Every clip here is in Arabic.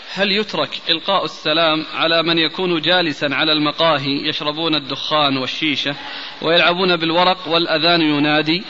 هل يترك إلقاء السلام على من يكون جالسا على المقاهي يشربون الدخان والشيشة ويلعبون بالورق والأذان ينادي؟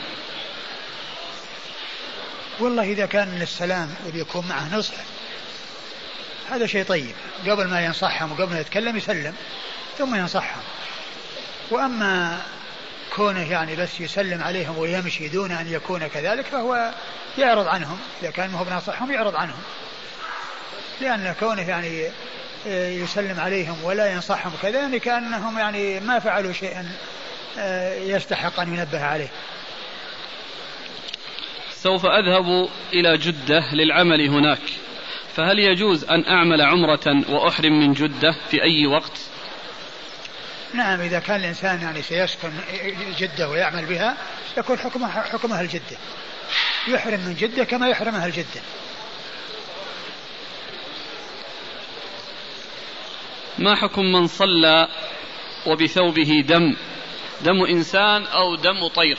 والله إذا كان السلام ويكون معه نصح هذا شيء طيب، قبل ما ينصحهم وقبل ما يتكلم يسلم ثم ينصحهم. وأما كونه يعني بس يسلم عليهم ويمشي دون أن يكون كذلك فهو يعرض عنهم، إذا كان مو بنصحهم يعرض عنهم، لأن كونه يعني يسلم عليهم ولا ينصحهم كذا يعني كأنهم يعني ما فعلوا شيئا يستحق أن ينبه عليه. سوف أذهب إلى جدة للعمل هناك، فهل يجوز أن أعمل عمرة وأحرم من جدة في أي وقت؟ نعم، إذا كان الإنسان يعني سيسكن جدة ويعمل بها يكون حكم أهل جدة، يحرم من جدة كما يحرم أهل جدة. ما حكم من صلى وبثوبه دم إنسان أو دم طير؟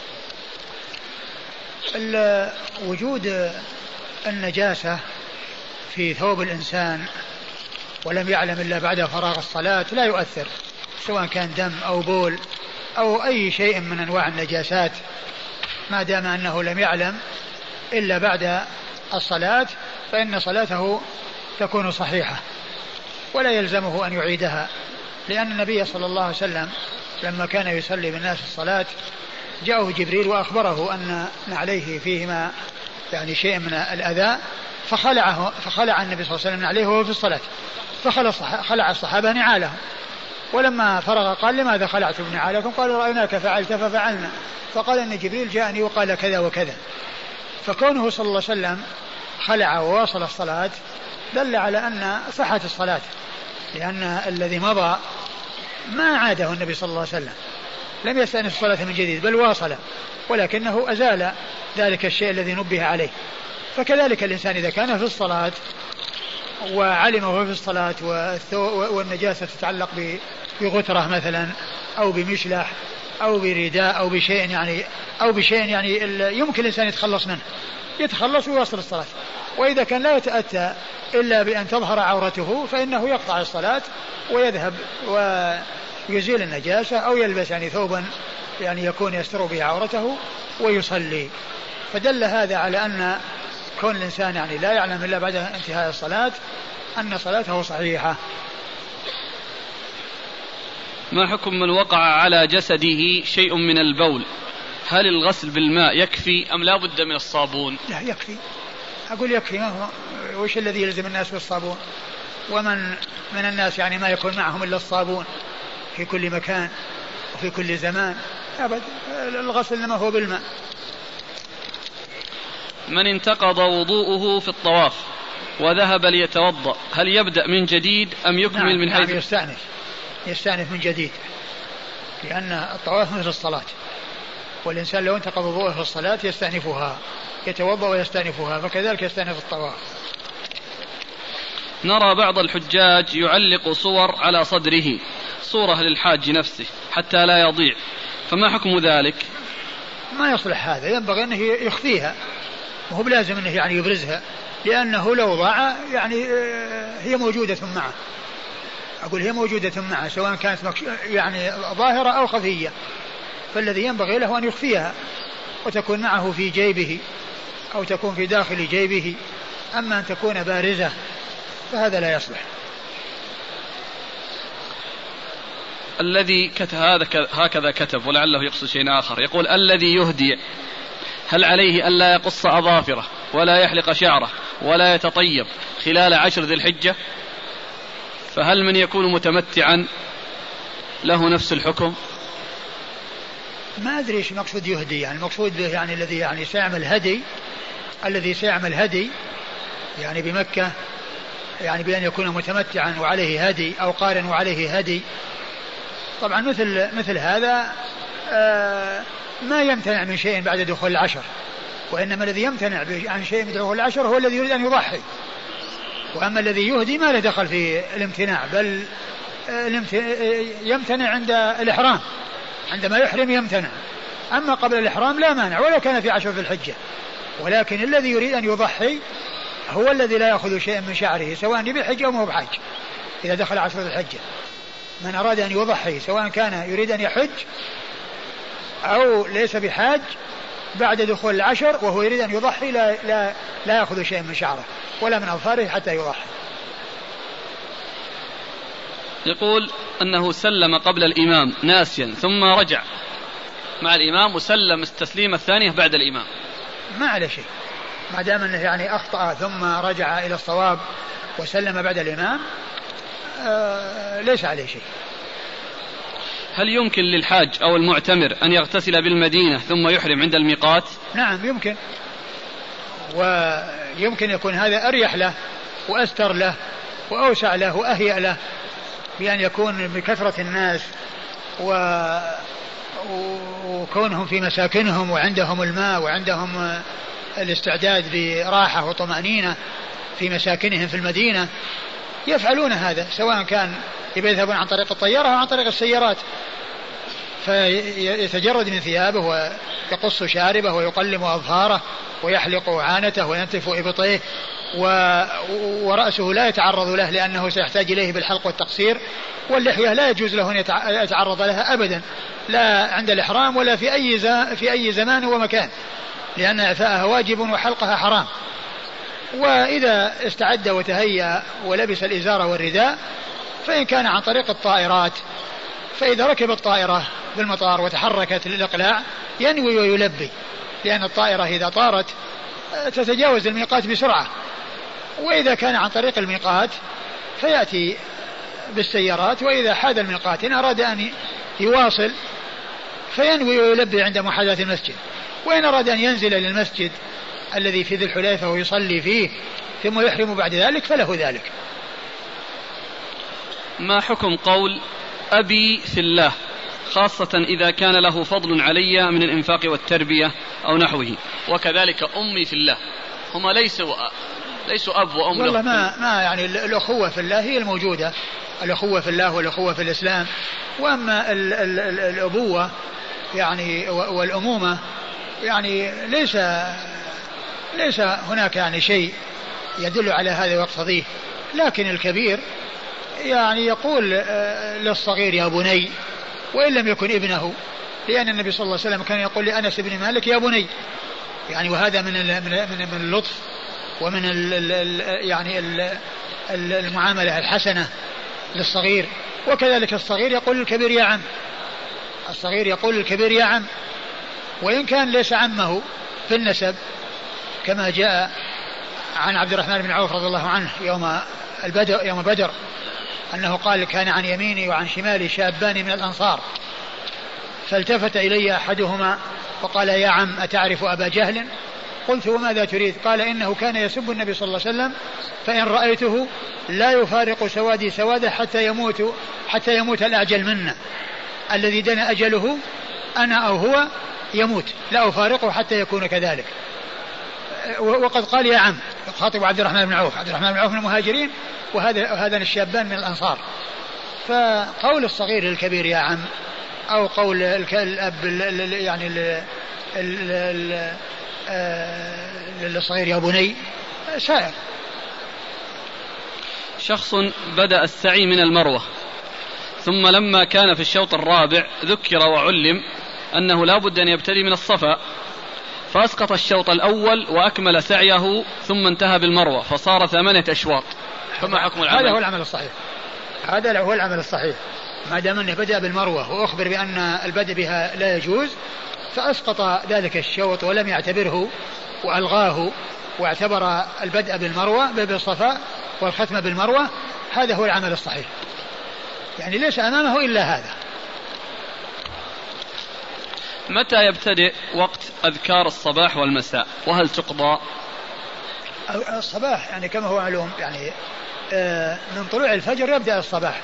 وجود النجاسة في ثوب الإنسان ولم يعلم إلا بعد فراغ الصلاة لا يؤثر، سواء كان دم أو بول أو أي شيء من أنواع النجاسات، ما دام أنه لم يعلم إلا بعد الصلاة فإن صلاته تكون صحيحة ولا يلزمه أن يعيدها، لأن النبي صلى الله عليه وسلم لما كان يصلي بالناس الصلاة جاءه جبريل وأخبره أن عليه فيهما يعني شيء من الأذى فخلع النبي صلى الله عليه وسلم عليه وهو في الصلاة، فخلع الصحابة نعالهم، ولما فرغ قال لماذا خلعتم نعالكم؟ قالوا رأيناك فعلت ففعلنا، فقال أن جبريل جاءني وقال كذا وكذا. فكونه صلى الله عليه وسلم خلع وواصل الصلاة دل على أن صحة الصلاة، لأن الذي مضى ما عاده النبي صلى الله عليه وسلم، لم يستأنف الصلاة من جديد بل واصل، ولكنه أزال ذلك الشيء الذي نبه عليه. فكذلك الإنسان إذا كان في الصلاة وعلم وهو في الصلاة والنجاسة تتعلق بغترة مثلا أو بمشلح أو برداء أو بشيء يعني يمكن الإنسان يتخلص منه يتخلص ويواصل الصلاة. وإذا كان لا يتأتى إلا بأن تظهر عورته فإنه يقطع الصلاة ويذهب ويزيل النجاسة أو يلبس يعني ثوبا يعني يكون يستر به عورته ويصلي. فدل هذا على أن كون الإنسان يعني لا يعلم إلا بعد انتهاء الصلاة أن صلاته صحيحة. ما حكم من وقع على جسده شيء من البول؟ هل الغسل بالماء يكفي أم لا بد من الصابون؟ لا يكفي، أقول يكفي. ما هو وش الذي يلزم الناس بالصابون؟ ومن من الناس يعني ما يكون معهم إلا الصابون في كل مكان وفي كل زمان. أبدا، الغسل إنما هو بالماء. من انتقض وضوءه في الطواف وذهب ليتوضأ هل يبدأ من جديد أم يكمل من حيث؟ يستأنف من جديد، لأن الطواف مثل الصلاة، والإنسان لو انتقض وضوءه في الصلاة يستأنفها، يتوضأ ويستأنفها، فكذلك يستأنف الطواف. نرى بعض الحجاج يعلق صور على صدره، صورة للحاج نفسه حتى لا يضيع، فما حكم ذلك؟ ما يصلح هذا، ينبغي أنه يخفيها، وهو بلازم أنه يعني يبرزها، لأنه لو ضاع يعني هي موجودة معه، أقول هي موجودة معه سواء كانت يعني ظاهرة أو خفية، فالذي ينبغي له أن يخفيها وتكون معه في جيبه أو تكون في داخل جيبه، أما أن تكون بارزة فهذا لا يصلح. الذي هكذا كتب ولعله يقصد شيء آخر، يقول الذي يهدي هل عليه ألا يقص أظافره ولا يحلق شعره ولا يتطيب خلال 10 ذي الحجة؟ فهل من يكون متمتعا له نفس الحكم؟ ما أدري إيش مقصود يهدي، يعني المقصود به يعني الذي يعني سيعمل هدي، الذي سيعمل هدي يعني بمكة، يعني بأن يكون متمتعا وعليه هدي أو قارن وعليه هدي. طبعا مثل هذا ما يمتنع من شيء بعد دخول 10، وإنما الذي يمتنع عن شيء من دخول 10 هو الذي يريد أن يضحي، وأما الذي يهدي ما له دخل في الامتناع، بل يمتنع عند الإحرام، عندما يحرم يمتنع، أما قبل الإحرام لا مانع ولو كان في 10 ذي الحجة. ولكن الذي يريد أن يضحي هو الذي لا يأخذ شيئا من شعره سواء بحج أو ما بحج إذا دخل عشر ذي الحجة. من أراد أن يضحي سواء كان يريد أن يحج أو ليس بحاج بعد دخول العشر وهو يريد أن يضحي لا يأخذ شيئا من شعره ولا من أظفاره حتى يضحي. يقول أنه سلم قبل الإمام ناسيا ثم رجع مع الإمام وسلم التسليمة الثانية بعد الإمام، ما عليه شيء ما دام أنه يعني أخطأ ثم رجع إلى الصواب وسلم بعد الإمام ليس عليه شيء. هل يمكن للحاج أو المعتمر أن يغتسل بالمدينة ثم يحرم عند الميقات؟ نعم يمكن، ويمكن يكون هذا أريح له وأستر له وأوسع له وأهيأ له بأن يكون بكثرة الناس وكونهم في مساكنهم وعندهم الماء وعندهم الاستعداد براحة وطمأنينة في مساكنهم في المدينة يفعلون هذا سواء كان يذهبون عن طريق الطيارة أو عن طريق السيارات، فيتجرد من ثيابه ويقص شاربه ويقلم أظفاره ويحلق عانته وينتف إبطيه ورأسه لا يتعرض له لأنه سيحتاج إليه بالحلق والتقصير، واللحية لا يجوز له أن يتعرض لها أبدا لا عند الإحرام ولا في أي زمان ومكان، لأن إعفاءها واجب وحلقها حرام. وإذا استعد وتهيأ ولبس الإزار والرداء فإن كان عن طريق الطائرات فإذا ركب الطائرة بالمطار وتحركت للإقلاع ينوي ويلبي، لأن الطائرة إذا طارت تتجاوز الميقات بسرعة، وإذا كان عن طريق الميقات فيأتي بالسيارات، وإذا حاد الميقات إن أراد أن يواصل فينوي ويلبي عند محاذاة المسجد، وإن أراد أن ينزل للمسجد الذي في ذي الحليفة ويصلي فيه ثم يحرم بعد ذلك فله ذلك. ما حكم قول أبي في الله خاصة إذا كان له فضل علي من الإنفاق والتربية أو نحوه، وكذلك أمي في الله، هما ليسوا أب وأم والله ما يعني الأخوة في الله هي الموجودة، الأخوة في الله والأخوة في الإسلام، وأما الأبوة يعني والأمومة يعني ليس هناك يعني شيء يدل على هذا ويقتضيه، لكن الكبير يعني يقول للصغير يا بني وإن لم يكن ابنه، لأن النبي صلى الله عليه وسلم كان يقول لأنس بن مالك يا بني، يعني وهذا من اللطف ومن يعني المعاملة الحسنة للصغير. وكذلك الصغير يقول للكبير يا عم، الصغير يقول للكبير يا عم وإن كان ليس عمه في النسب، كما جاء عن عبد الرحمن بن عوف رضي الله عنه يوم بدر أنه قال كان عن يميني وعن شمالي شابان من الأنصار، فالتفت إلي أحدهما وقال يا عم أتعرف أبا جهل؟ قلت وماذا تريد؟ قال إنه كان يسب النبي صلى الله عليه وسلم فإن رأيته لا يفارق سوادي سواده حتى يموت الأعجل منا، الذي دنا أجله أنا أو هو يموت لا أفارقه حتى يكون كذلك. وقد قال يا عم خاطب عبد الرحمن بن عوف، عبد الرحمن بن عوف من المهاجرين وهذا الشابان من الأنصار، فقول الصغير للكبير يا عم أو قول الأب يعني للصغير يا بني سائر. شخص بدأ السعي من المروة ثم لما كان في الشوط الرابع ذكر وعلم أنه لا بد أن يبتدي من الصفا، فأسقط الشوط الأول وأكمل سعيه ثم انتهى بالمروة فصار 8 أشواط، فما حكم العمل؟ هذا هو العمل الصحيح، هذا هو العمل الصحيح، ما دام أنه بدأ بالمروة وأخبر بأن البدء بها لا يجوز فأسقط ذلك الشوط ولم يعتبره وألغاه واعتبر البدء بالمروة بالصفا والختم بالمروة، هذا هو العمل الصحيح، يعني ليس أمامه إلا هذا. متى يبتدئ وقت أذكار الصباح والمساء وهل تقضى؟ الصباح يعني كما هو معلوم يعني من طلوع الفجر يبدأ الصباح،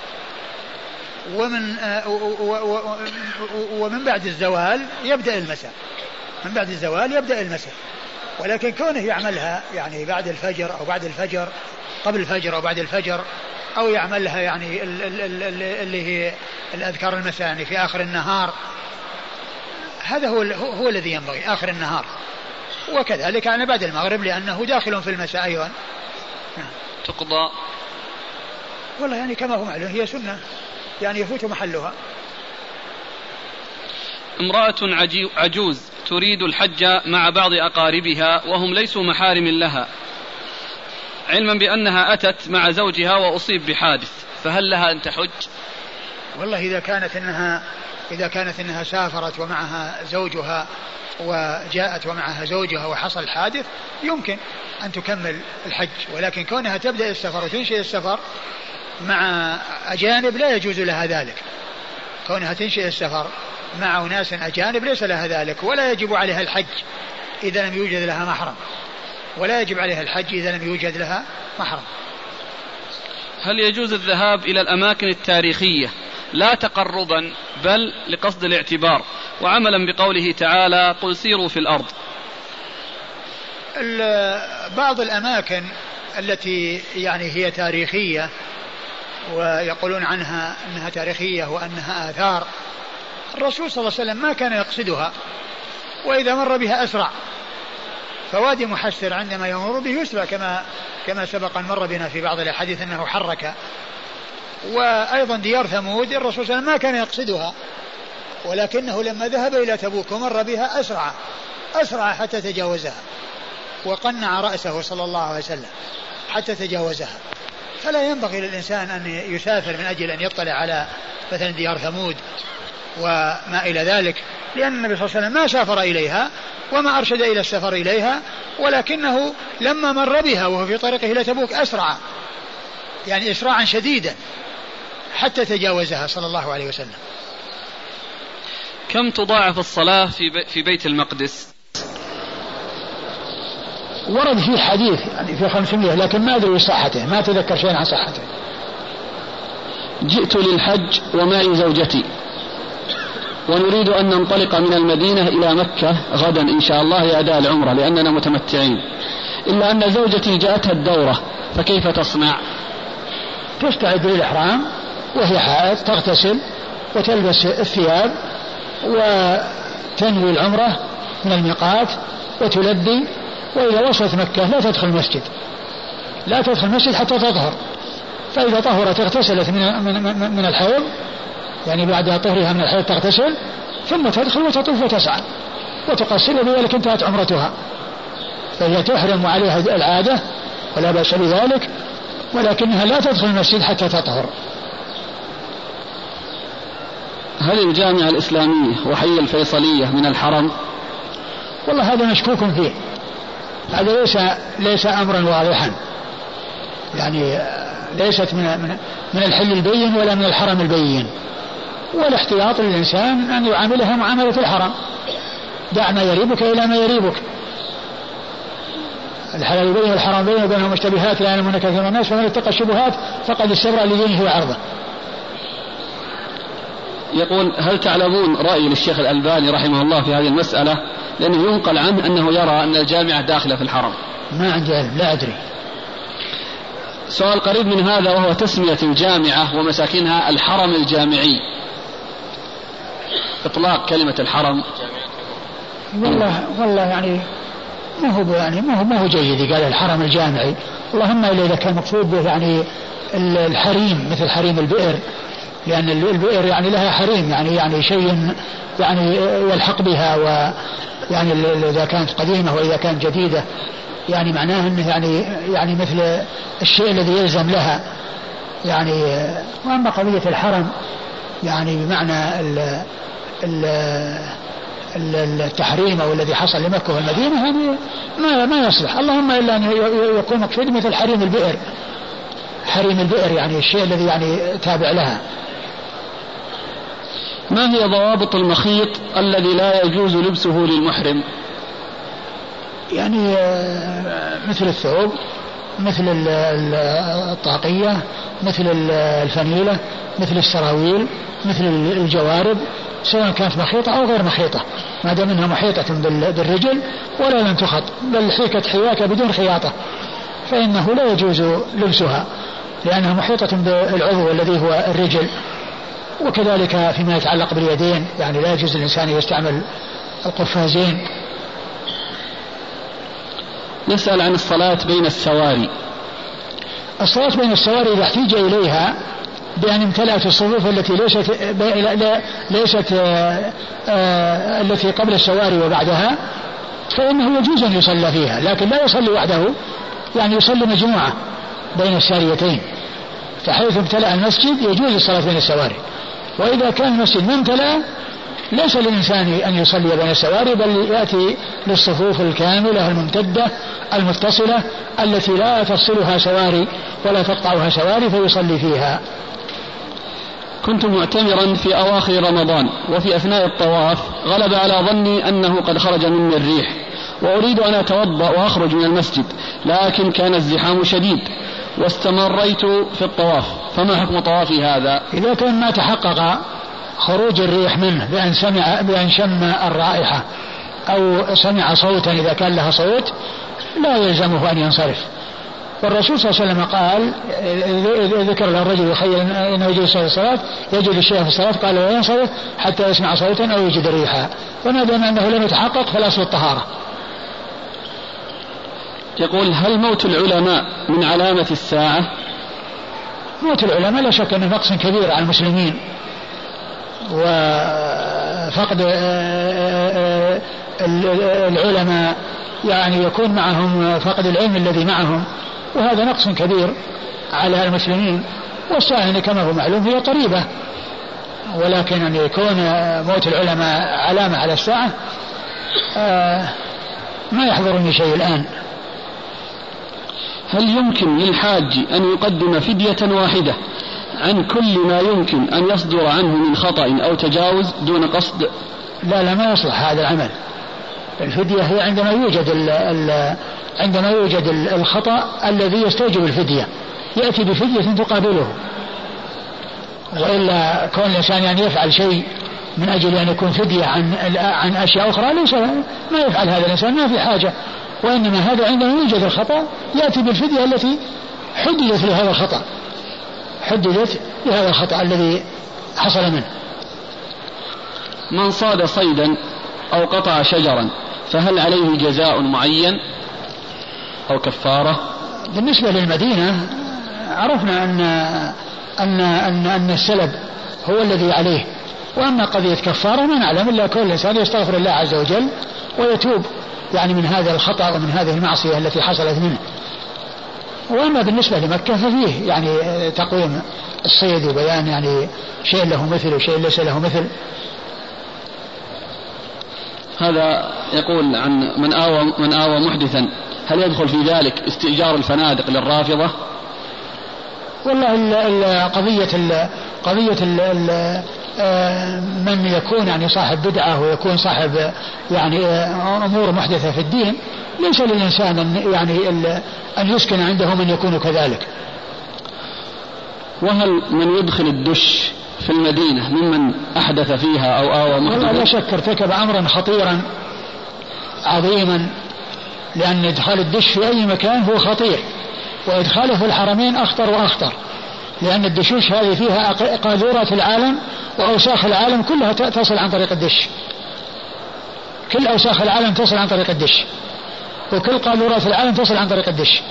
ومن بعد الزوال يبدأ المساء، من بعد الزوال يبدأ المساء، ولكن كونه يعملها يعني بعد الفجر أو بعد الفجر قبل الفجر أو بعد الفجر أو يعملها يعني اللي هي الأذكار المساء يعني في آخر النهار، هذا هو الذي ينبغي آخر النهار، وكذلك على بعد المغرب لأنه داخل في المساء أيضا. تقضى والله يعني كما هو معلوم هي سنة يعني يفوت محلها. امرأة عجوز تريد الحج مع بعض أقاربها وهم ليسوا محارم لها، علما بأنها أتت مع زوجها وأصيب بحادث، فهل لها أن تحج؟ والله إذا كانت إنها سافرت ومعها زوجها وجاءت ومعها زوجها وحصل حادث يمكن أن تكمل الحج، ولكن كونها تبدأ السفر وتنشئ السفر مع أجانب لا يجوز لها ذلك. كونها تنشئ السفر مع أناس أجانب ليس لها ذلك، ولا يجب عليها الحج إذا لم يوجد لها محرم، ولا يجب عليها الحج إذا لم يوجد لها محرم. هل يجوز الذهاب إلى الأماكن التاريخية لا تقربا بل لقصد الاعتبار وعملا بقوله تعالى قل سيروا في الأرض؟ بعض الأماكن التي يعني هي تاريخية ويقولون عنها أنها تاريخية وأنها آثار، الرسول صلى الله عليه وسلم ما كان يقصدها، وإذا مر بها أسرع. فوادي محسر عندما يمر به يسرع كما سبق أن مر بنا في بعض الحديث أنه حرك. وأيضا ديار ثمود الرسول صلى الله عليه وسلم ما كان يقصدها، ولكنه لما ذهب إلى تبوك ومر بها أسرع حتى تجاوزها، وقنع رأسه صلى الله عليه وسلم حتى تجاوزها. فلا ينبغي للإنسان أن يسافر من أجل أن يطلع على مثلا ديار ثمود وما إلى ذلك، لأن النبي صلى الله عليه وسلم ما سافر إليها وما أرشد إلى السفر إليها، ولكنه لما مر بها وهو في طريقه إلى تبوك أسرع، يعني إسراعا شديدا حتى تجاوزها صلى الله عليه وسلم. كم تضاعف الصلاة في بيت المقدس؟ ورد فيه حديث يعني في 500، لكن ما أدري صحته، ما أتذكر شيئا عن صحته. جئت للحج ومعي زوجتي ونريد أن ننطلق من المدينة إلى مكة غدا إن شاء الله لأداء العمرة لأننا متمتعين، إلا أن زوجتي جاءتها الدورة، فكيف تصنع؟ تستعد للإحرام وهي حائض، تغتسل وتلبس الثياب وتنوي العمرة من الميقات وتلبي، وإذا وصلت مكة لا تدخل المسجد حتى تطهر، فإذا طهرت اغتسلت من الحيض، يعني بعد طهرها من الحيض تغتسل ثم تدخل وتطوف وتسعى وتقصر، وبذلك انتهت عمرتها. فهي تحرم عليها العادة ولا بأس بذلك، ولكنها لا تدخل المسجد حتى تطهر. هل الجامعة الإسلامية وحي الفيصلية من الحرم؟ والله هذا مشكوك فيه، هذا ليس أمرا واضحا، يعني ليست من الحل البين ولا من الحرم البين، والاحتياط للإنسان أن يعاملها معاملة الحرم، دع ما يريبك إلى ما يريبك. الحلال بين والحرام بين وبينهم مشتبهات لا يعلمون كثير من الناس، فمن اتقى الشبهات فقد استبرأ لدينه وعرضه. يقول هل تعلمون رأي للشيخ الألباني رحمه الله في هذه المسألة؟ لأنه ينقل عنه أنه يرى أن الجامعة داخلة في الحرم. ما عندي علم، لا أدري. سؤال قريب من هذا وهو تسمية الجامعة ومساكنها الحرم الجامعي، إطلاق كلمة الحرم. والله يعني ما هو جيد قال الحرم الجامعي، اللهم إذا كان مقصود به يعني الحريم مثل حريم البئر، لأن البئر يعني لها حريم، يعني شيء يعني يلحق بها، ويعني إذا كانت قديمة وإذا كانت جديدة يعني معناه أنه يعني مثل الشيء الذي يلزم لها يعني. وأما قضية الحرم يعني بمعنى التحريم أو الذي حصل لمكة والمدينة هذه ما يصلح، اللهم إلا أن يكون مقصود مثل حريم البئر يعني الشيء الذي يعني تابع لها. ما هي ضوابط المخيط الذي لا يجوز لبسه للمحرم؟ يعني مثل الثوب، مثل الطاقية، مثل الفنيلة، مثل السراويل، مثل الجوارب، سواء كانت مخيطة أو غير مخيطة، ما دام انها محيطة بالرجل ولا لم تخط، بل حيكت حياكة بدون خياطة فإنه لا يجوز لبسها لأنها محيطة بالعضو الذي هو الرجل. وكذلك فيما يتعلق باليدين، يعني لا يجوز الإنسان يستعمل القفازين. نسأل عن الصلاة بين السواري. الصلاة بين السواري إذا احتيج إليها بأن امتلأت الصفوف التي ليست التي قبل السواري وبعدها فإنه يجوز أن يصلى فيها، لكن لا يصلي وحده، يعني يصلي مجموعة بين الساريتين، فحيث امتلأ المسجد يجوز الصلاة بين السواري. وإذا كان المسجد ما امتلأ ليس للإنسان أن يصلي بين السواري، بل يأتي للصفوف الكاملة الممتدة المتصلة التي لا تفصلها سواري ولا تقطعها سواري فيصلي فيها. كنت معتمرا في أواخر رمضان، وفي أثناء الطواف غلب على ظني أنه قد خرج مني الريح، وأريد أن أتوضأ وأخرج من المسجد، لكن كان الزحام شديد واستمريت في الطواف، فما حكم طوافي هذا؟ إذا كان ما تحقق خروج الريح منه بأن شم الرائحة أو سمع صوتا إذا كان لها صوت لا يلزمه أن ينصرف. والرسول صلى الله عليه وسلم قال ذكر له الرجل يخيل أنه يجد الصلاة يجد الشيء في الصلاة قال لا ينصرف حتى يسمع صوتا أو يجد ريحا، وما دام أنه لم يتحقق فالأصل الطهارة. يقول هل موت العلماء من علامة الساعة؟ موت العلماء لا شك أنه نقص كبير على المسلمين، وفقد العلماء يعني يكون معهم فقد العلم الذي معهم، وهذا نقص كبير على المسلمين. والساعة كما هو معلوم هي قريبة، ولكن أن يكون موت العلماء علامة على الساعة ما يحضرني شيء الآن. هل يمكن للحاج أن يقدم فدية واحدة عن كل ما يمكن أن يصدر عنه من خطأ أو تجاوز دون قصد؟ لا ما يصلح هذا العمل. الفدية هي عندما يوجد الخطأ الذي يستوجب الفدية يأتي بفدية تقابله، وإلا كون الإنسان يعني يفعل شيء من أجل أن يكون فدية عن أشياء أخرى ليس ما يفعل هذا الإنسان، ما في حاجة. وإنما هذا عندما يوجد الخطأ يأتي بالفدية التي حددت لهذا الخطأ الذي حصل منه. من صاد صيدا أو قطع شجرا فهل عليه جزاء معين أو كفارة؟ بالنسبة للمدينة عرفنا أن السلب هو الذي عليه، وأما قضية كفارة ما نعلم إلا كل إنسان يستغفر الله عز وجل ويتوب يعني من هذا الخطأ ومن هذه المعصية التي حصلت منه. وأما بالنسبة لمكة ففيه يعني تقويم الصيد وبيان يعني شيء له مثل وشيء ليس له مثل. هذا يقول عن من آوى محدثا، هل يدخل في ذلك استئجار الفنادق للرافضة؟ والله قضية من يكون يعني صاحب بدعة ويكون صاحب يعني أمور محدثة في الدين ليس للإنسان أن يسكن عنده من يكون كذلك. وهل من يدخل الدش في المدينة ممن أحدث فيها أو آوى محدثا؟ لا شك ارتكب أمرا خطيرا عظيما، لأن إدخال الدش في أي مكان هو خطير، وإدخاله في الحرمين أخطر وأخطر، لأن الدشوش هذه فيها قاذورات العالم وأوساخ العالم كلها تصل عن طريق الدش، كل أوساخ العالم تصل عن طريق الدش، وكل قاذورات العالم تصل عن طريق الدش.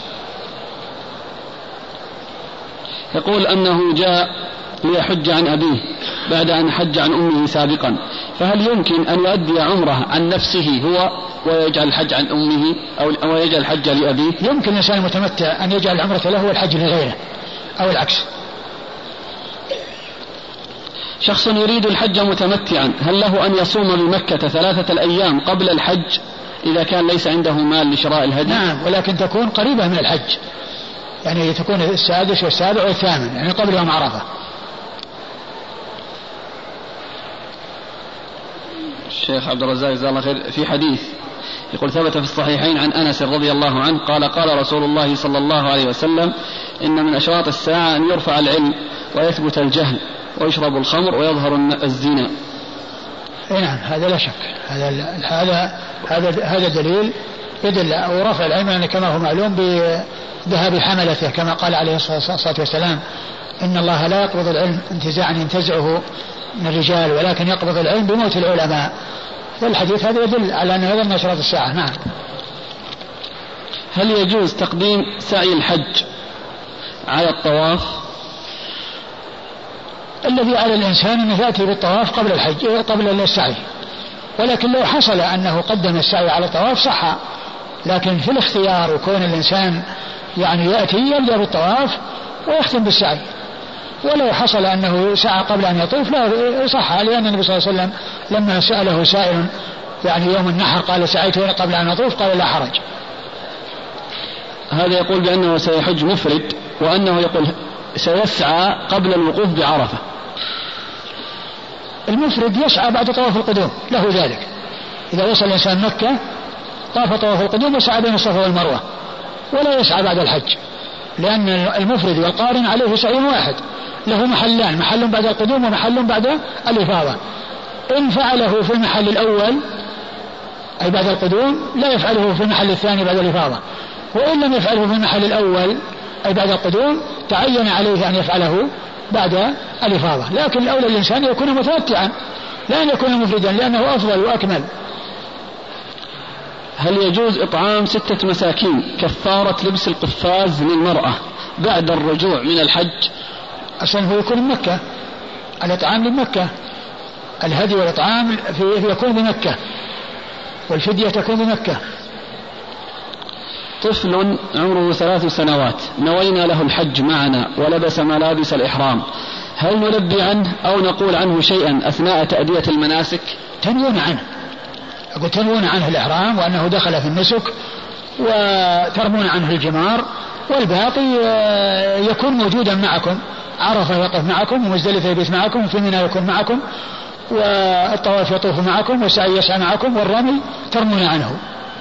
يقول أنه جاء ليحج عن أبيه بعد أن حج عن أمه سابقا، فهل يمكن أن يؤدي عمره عن نفسه هو ويجعل الحج عن أمه أو يجعل الحج لأبيه؟ يمكن الإنسان المتمتع أن يجعل العمرة له والحج لغيره أو العكس. شخص يريد الحج متمتعا، هل له أن يصوم بمكة 3 أيام قبل الحج إذا كان ليس عنده مال لشراء الهدي؟ نعم، ولكن تكون قريبة من الحج، يعني تكون 6 و7 و8 يعني قبل يوم عرفة. الشيخ عبد الرزاق جزاه الله خير، في حديث يقول ثبت في الصحيحين عن أنس رضي الله عنه قال رسول الله صلى الله عليه وسلم إن من أشراط الساعة أن يرفع العلم ويثبت الجهل ويشرب الخمر ويظهر الزنا. نعم، هذا لا شك، هذا دليل يدل، ورفع العلم يعني كما هو معلوم بذهاب حملته كما قال عليه الصلاة والسلام إن الله لا يقبض العلم انتزاعا ينتزعه من الرجال ولكن يقبض العلم بموت العلماء، والحديث هذا يدل على أن هذا من أشراط الساعة. نعم. هل يجوز تقديم سعي الحج على الطواف؟ الذي على الإنسان أن يأتي بالطواف قبل الحج قبل السعي، ولكن لو حصل أنه قدم السعي على الطواف صح، لكن في الاختيار وكون الإنسان يعني يأتي يبدأ بالطواف ويختم بالسعي. ولو حصل أنه سعى قبل أن يطوف لا صح، لأن النبي صلى الله عليه وسلم لما سأله سائل يعني يوم النحر قال سعيت قبل أن أطوف قال لا حرج. هذا يقول بأنه سيحج مفرد، وأنه يقول سيسعى قبل الوقوف بعرفة. المفرد يسعى بعد طواف القدوم، له ذلك. إذا وصل الإنسان مكة طاف طواف القدوم وسعى بين الصفا والمروة، ولا يسعى بعد الحج، لأن المفرد والقارن عليه سعي واحد، له محلان، محل بعد القدوم ومحل بعد الإفاضة. إن فعله في المحل الأول أي بعد القدوم لا يفعله في المحل الثاني بعد الإفاضة، وإن لم يفعله في المحل الأول أي بعد القدوم تعين عليه أن يفعله بعد الإفاضة. لكن الأولى الإنسان يكون متمتعا لا أن يكون مفردا، لأنه أفضل وأكمل. هل يجوز إطعام 6 مساكين كفارة لبس القفاز للمرأة بعد الرجوع من الحج؟ أصلا هو يكون مكة، الإطعام لمكة، الهدي والإطعام يكون بمكة، والفدية تكون بمكة. طفل عمره 3 سنوات نوينا له الحج معنا ولبس ملابس الإحرام، هل نلبي عنه أو نقول عنه شيئا أثناء تأدية المناسك؟ تنوون عنه، أقول تنوون عنه الإحرام وأنه دخل في النسك، وترمون عنه الجمار، والباقي يكون موجودا معكم، عرفة يقف معكم، ومزدلفة يبيت معكم، وفي منى يكون معكم، والطواف يطوف معكم، والسعي يسعى معكم، والرمي ترمون عنه.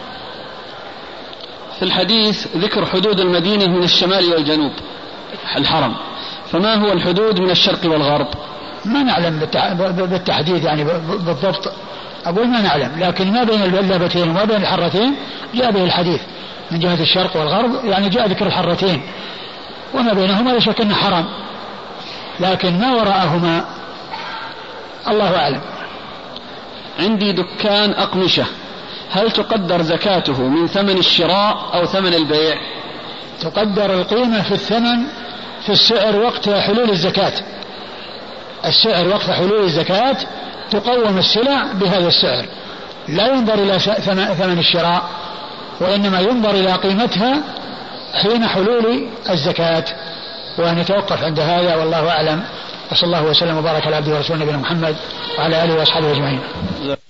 في الحديث ذكر حدود المدينة من الشمال والجنوب الحرم، فما هو الحدود من الشرق والغرب؟ ما نعلم بالتحديد يعني بالضبط، أقول ما نعلم، لكن ما بين اللابتين وما بين الحرتين جاء به الحديث من جهة الشرق والغرب، يعني جاء ذكر الحرتين، وما بينهما لا شك أنه حرم، لكن ما وراءهما الله أعلم. عندي دكان أقمشة، هل تقدر زكاته من ثمن الشراء أو ثمن البيع؟ تقدر القيمة في الثمن في السعر وقت حلول الزكاة، السعر وقت حلول الزكاة تقوم السلع بهذا السعر، لا ينظر إلى ثمن الشراء، وإنما ينظر إلى قيمتها حين حلول الزكاة. ونتوقف عند هذا والله أعلم، وصلى الله وسلم وبارك على عبده ورسوله نبينا محمد وعلى آله وأصحابه أجمعين.